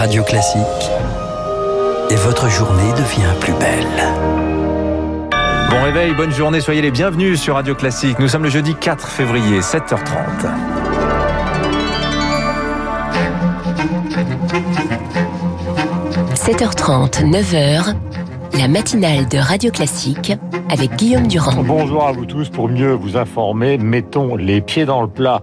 Radio Classique et votre journée devient plus belle. Bon réveil, bonne journée, soyez les bienvenus sur Radio Classique. Nous sommes le jeudi 4 février, 7h30. « 7h30, 9h, la matinale de Radio Classique avec Guillaume Durand. » Bonjour à vous tous. Pour mieux vous informer, mettons les pieds dans le plat.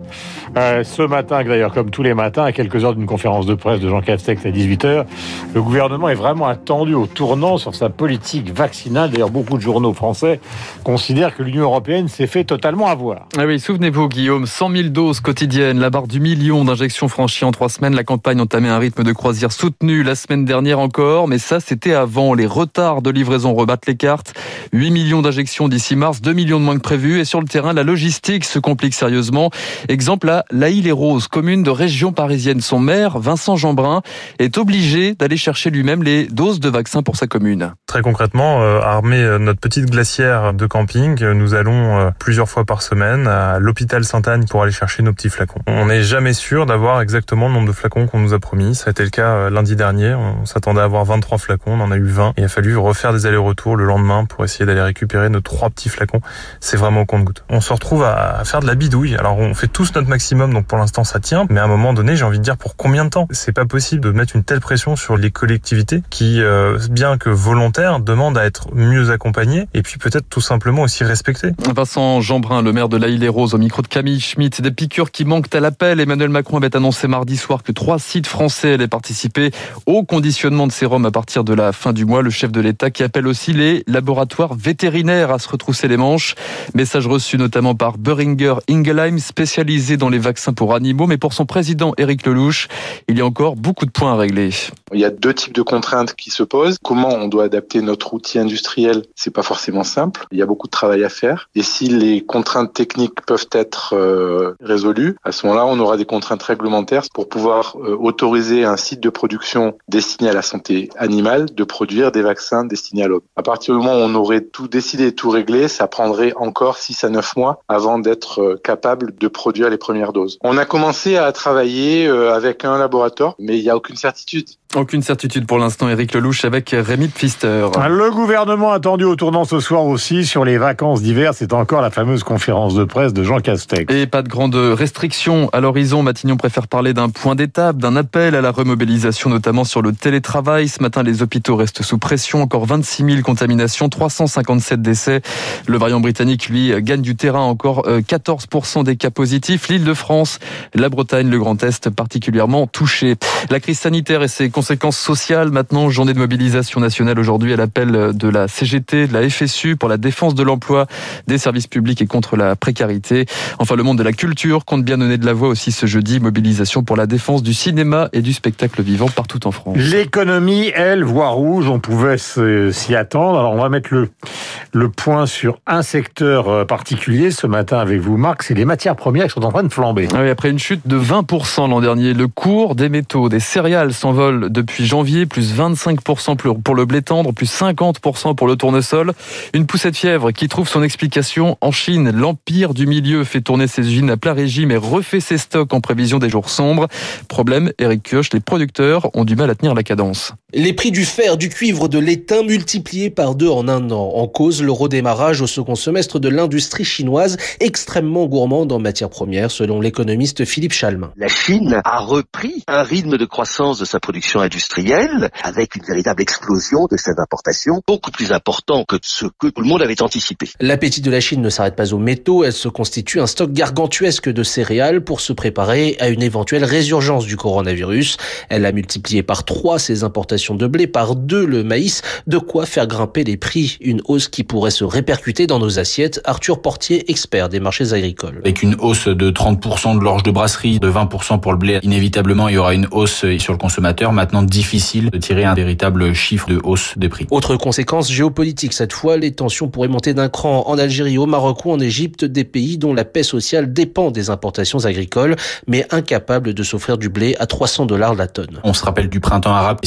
Ce matin, d'ailleurs, comme tous les matins, à quelques heures d'une conférence de presse de Jean Castex à 18h, le gouvernement est vraiment attendu au tournant sur sa politique vaccinale. D'ailleurs, beaucoup de journaux français considèrent que l'Union européenne s'est fait totalement avoir. Ah oui, souvenez-vous, Guillaume, 100 000 doses quotidiennes, la barre du million d'injections franchies en 3 semaines. La campagne entamait un rythme de croisière soutenu la semaine dernière encore, mais ça, c'était avant. Les retards de livraison rebattent les cartes. 8 millions d'injections d'ici mars, 2 millions de moins que prévu. Et sur le terrain, la logistique se complique sérieusement. Exemple à L'Haÿ-les-Roses, commune de région parisienne. Son maire, Vincent Jeanbrun, est obligé d'aller chercher lui-même les doses de vaccins pour sa commune. Très concrètement, armé notre petite glacière de camping, nous allons plusieurs fois par semaine à l'hôpital Sainte-Anne pour aller chercher nos petits flacons. On n'est jamais sûr d'avoir exactement le nombre de flacons qu'on nous a promis. Ça a été le cas lundi dernier. On s'attendait à avoir 23 flacons, on en a eu 20. Il a fallu refaire des allers-retours le lendemain pour essayer d'aller récupérer nos 3 petits flacons. C'est vraiment au compte-gouttes. On se retrouve à faire de la bidouille. Alors on fait tous notre maximum, donc pour l'instant ça tient. Mais à un moment donné, j'ai envie de dire pour combien de temps ? C'est pas possible de mettre une telle pression sur les collectivités qui, bien que volontaires, demandent à être mieux accompagnées et puis peut-être tout simplement aussi respectées. Vincent Jeanbrun, le maire de L'Haÿ-les-Roses, au micro de Camille Schmitt. Des piqûres qui manquent à l'appel. Emmanuel Macron avait annoncé mardi soir que 3 sites français allaient participer au conditionnement de sérum à partir de la fin du mois. Le chef de l'État qui appelle aussi les laboratoires vétérinaires à se retrousser les manches. Message reçu notamment par Boehringer Ingelheim, spécialisé dans les vaccins pour animaux. Mais pour son président Éric Lellouche, il y a encore beaucoup de points à régler. Il y a 2 types de contraintes qui se posent. Comment on doit adapter notre outil industriel, c'est pas forcément simple. Il y a beaucoup de travail à faire. Et si les contraintes techniques peuvent être résolues, à ce moment-là, on aura des contraintes réglementaires pour pouvoir autoriser un site de production destiné à la santé animale de produire des vaccins destinés à l'homme. À partir du moment où on aurait tout décidé et tout réglé, ça prendrait encore 6 à 9 mois avant d'être capable de produire les premières doses. On a commencé à travailler avec un laboratoire, mais il n'y a aucune certitude. Aucune certitude pour l'instant, Éric Lellouche avec Rémi Pfister. Le gouvernement attendu au tournant ce soir aussi sur les vacances d'hiver. C'est encore la fameuse conférence de presse de Jean Castex. Et pas de grandes restrictions à l'horizon. Matignon préfère parler d'un point d'étape, d'un appel à la remobilisation, notamment sur le télétravail. Ce matin, les hôpitaux restent sous pression. Encore 26 000 contaminations, 357 décès. Le variant britannique, lui, gagne du terrain. Encore 14% des cas positifs. L'Île-de-France, la Bretagne, le Grand Est particulièrement touchés. La crise sanitaire et ses conséquences sociales. Maintenant, journée de mobilisation nationale aujourd'hui à l'appel de la CGT, de la FSU pour la défense de l'emploi, des services publics et contre la précarité. Enfin, le monde de la culture compte bien donner de la voix aussi ce jeudi. Mobilisation pour la défense du cinéma et du spectacle vivant partout en France. L'économie, elle, voit rouge. On pouvait s'y attendre. Alors, on va mettre le point sur un secteur particulier ce matin avec vous, Marc. C'est les matières premières qui sont en train de flamber. Oui, après une chute de 20% l'an dernier, le cours des métaux, des céréales s'envole depuis janvier, plus 25% pour le blé tendre, plus 50% pour le tournesol. Une poussée de fièvre qui trouve son explication en Chine. L'empire du milieu fait tourner ses usines à plein régime et refait ses stocks en prévision des jours sombres. Problème, Eric Kioch, les producteurs ont du mal à tenir la cadence. Les prix du fer, du cuivre, de l'étain multipliés par 2 en un an. En cause, le redémarrage au second semestre de l'industrie chinoise, extrêmement gourmande en matières premières, selon l'économiste Philippe Chalmin. La Chine a repris un rythme de croissance de sa production industrielle, avec une véritable explosion de ses importations, beaucoup plus important que ce que tout le monde avait anticipé. L'appétit de la Chine ne s'arrête pas aux métaux, elle se constitue un stock gargantuesque de céréales pour se préparer à une éventuelle résurgence du coronavirus. Elle a multiplié par 3 ses importations de blé, par 2 le maïs, de quoi faire grimper les prix. Une hausse qui pourrait se répercuter dans nos assiettes. Arthur Portier, expert des marchés agricoles. Avec une hausse de 30% de l'orge de brasserie, de 20% pour le blé, inévitablement il y aura une hausse sur le consommateur. Maintenant, difficile de tirer un véritable chiffre de hausse des prix. Autre conséquence géopolitique cette fois, les tensions pourraient monter d'un cran en Algérie, au Maroc ou en Égypte, des pays dont la paix sociale dépend des importations agricoles, mais incapables de s'offrir du blé à $300 la tonne. On se rappelle du printemps arabe. Est-ce qu'on se dirige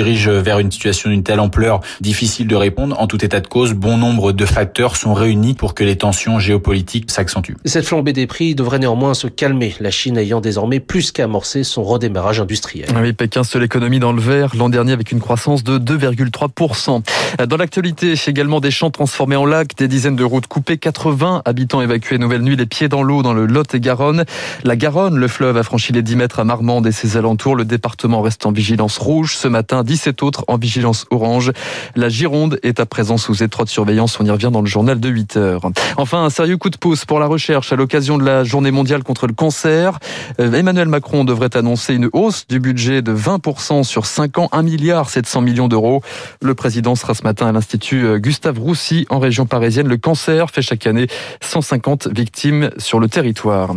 dirige vers une situation d'une telle ampleur, difficile de répondre. En tout état de cause, bon nombre de facteurs sont réunis pour que les tensions géopolitiques s'accentuent. Cette flambée des prix devrait néanmoins se calmer, la Chine ayant désormais plus qu'amorcé son redémarrage industriel. Oui, Pékin, seule économie dans le vert l'an dernier avec une croissance de 2,3%. Dans l'actualité, également des champs transformés en lacs, des dizaines de routes coupées, 80 habitants évacués nouvelle nuit les pieds dans l'eau dans le Lot-et-Garonne. La Garonne, le fleuve, a franchi les 10 mètres à Marmande et ses alentours. Le département reste en vigilance rouge. Ce matin, 17 autres en vigilance orange. La Gironde est à présent sous étroite surveillance. On y revient dans le journal de 8 heures. Enfin, un sérieux coup de pouce pour la recherche à l'occasion de la journée mondiale contre le cancer. Emmanuel Macron devrait annoncer une hausse du budget de 20% sur 5 ans, 1,7 milliard d'euros. Le président sera ce matin à l'Institut Gustave Roussy en région parisienne. Le cancer fait chaque année 150 victimes sur le territoire.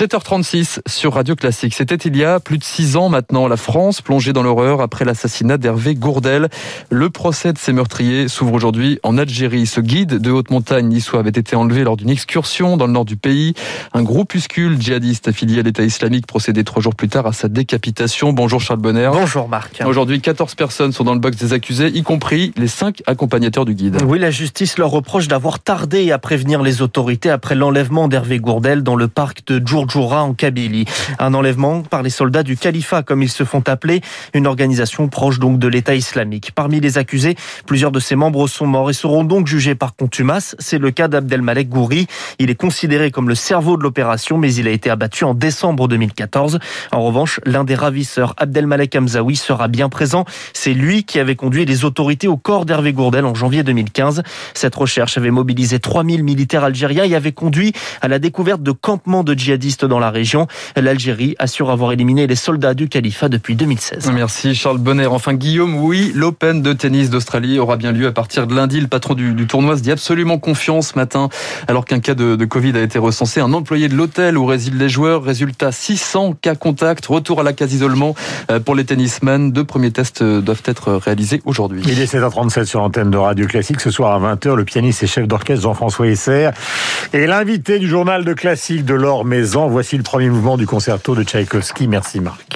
7h36 sur Radio Classique. C'était il y a plus de 6 ans maintenant. La France plongée dans l'horreur après l'assassinat d'Hervé Gourdel. Le procès de ces meurtriers s'ouvre aujourd'hui en Algérie. Ce guide de haute montagne niçois avait été enlevé lors d'une excursion dans le nord du pays. Un groupuscule djihadiste affilié à l'État islamique procédait 3 jours plus tard à sa décapitation. Bonjour Charles Bonner. Bonjour Marc. Aujourd'hui, 14 personnes sont dans le box des accusés, y compris les 5 accompagnateurs du guide. Oui, la justice leur reproche d'avoir tardé à prévenir les autorités après l'enlèvement d'Hervé Gourdel dans le parc de Djourdjoura en Kabylie. Un enlèvement par les soldats du califat, comme ils se font appeler, une organisation proche donc de l'État islamique. Parmi les accusés, plusieurs de ses membres sont morts et seront donc jugés par contumace. C'est le cas d'Abdelmalek Ghouri. Il est considéré comme le cerveau de l'opération, mais il a été abattu en décembre 2014. En revanche, l'un des ravisseurs, Abdelmalek Hamzaoui, sera bien présent. C'est lui qui avait conduit les autorités au corps d'Hervé Gourdel en janvier 2015. Cette recherche avait mobilisé 3000 militaires algériens et avait conduit à la découverte de campements de djihadistes dans la région. L'Algérie assure avoir éliminé les soldats du califat depuis 2016. Merci Charles Bonner. Enfin Guillaume, oui, l'Open de tennis d'Australie aura bien lieu à partir de lundi. Le patron du tournoi se dit absolument confiant ce matin, alors qu'un cas de Covid a été recensé. Un employé de l'hôtel où résident les joueurs. Résultat, 600 cas contact. Retour à la case-isolement pour les tennismen. 2 premiers tests doivent être réalisés aujourd'hui. Il est 7h37 sur l'antenne de Radio Classique. Ce soir à 20h, le pianiste et chef d'orchestre Jean-François Esser est l'invité du journal de classique de Laure Maison. Voici le premier mouvement du concerto de Tchaïkovski. Merci Marc.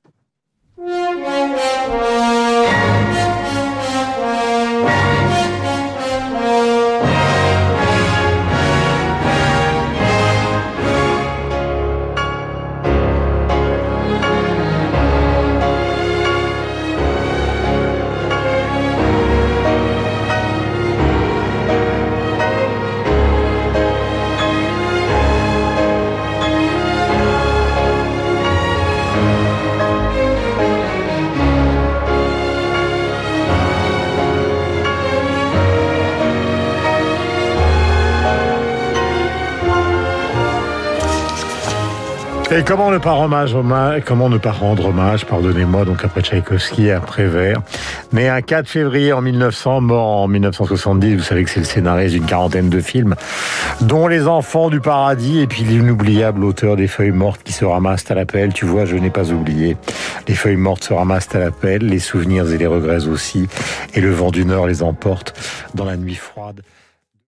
Et comment ne pas rendre hommage, pardonnez-moi, donc après Tchaïkovski, à Prévert, né un 4 février en 1900, mort en 1970, vous savez que c'est le scénariste d'une 40aine de films, dont Les Enfants du Paradis, et puis l'inoubliable auteur des Feuilles mortes qui se ramassent à l'appel. Tu vois, je n'ai pas oublié. Les feuilles mortes se ramassent à l'appel, les souvenirs et les regrets aussi, et le vent du Nord les emporte dans la nuit froide.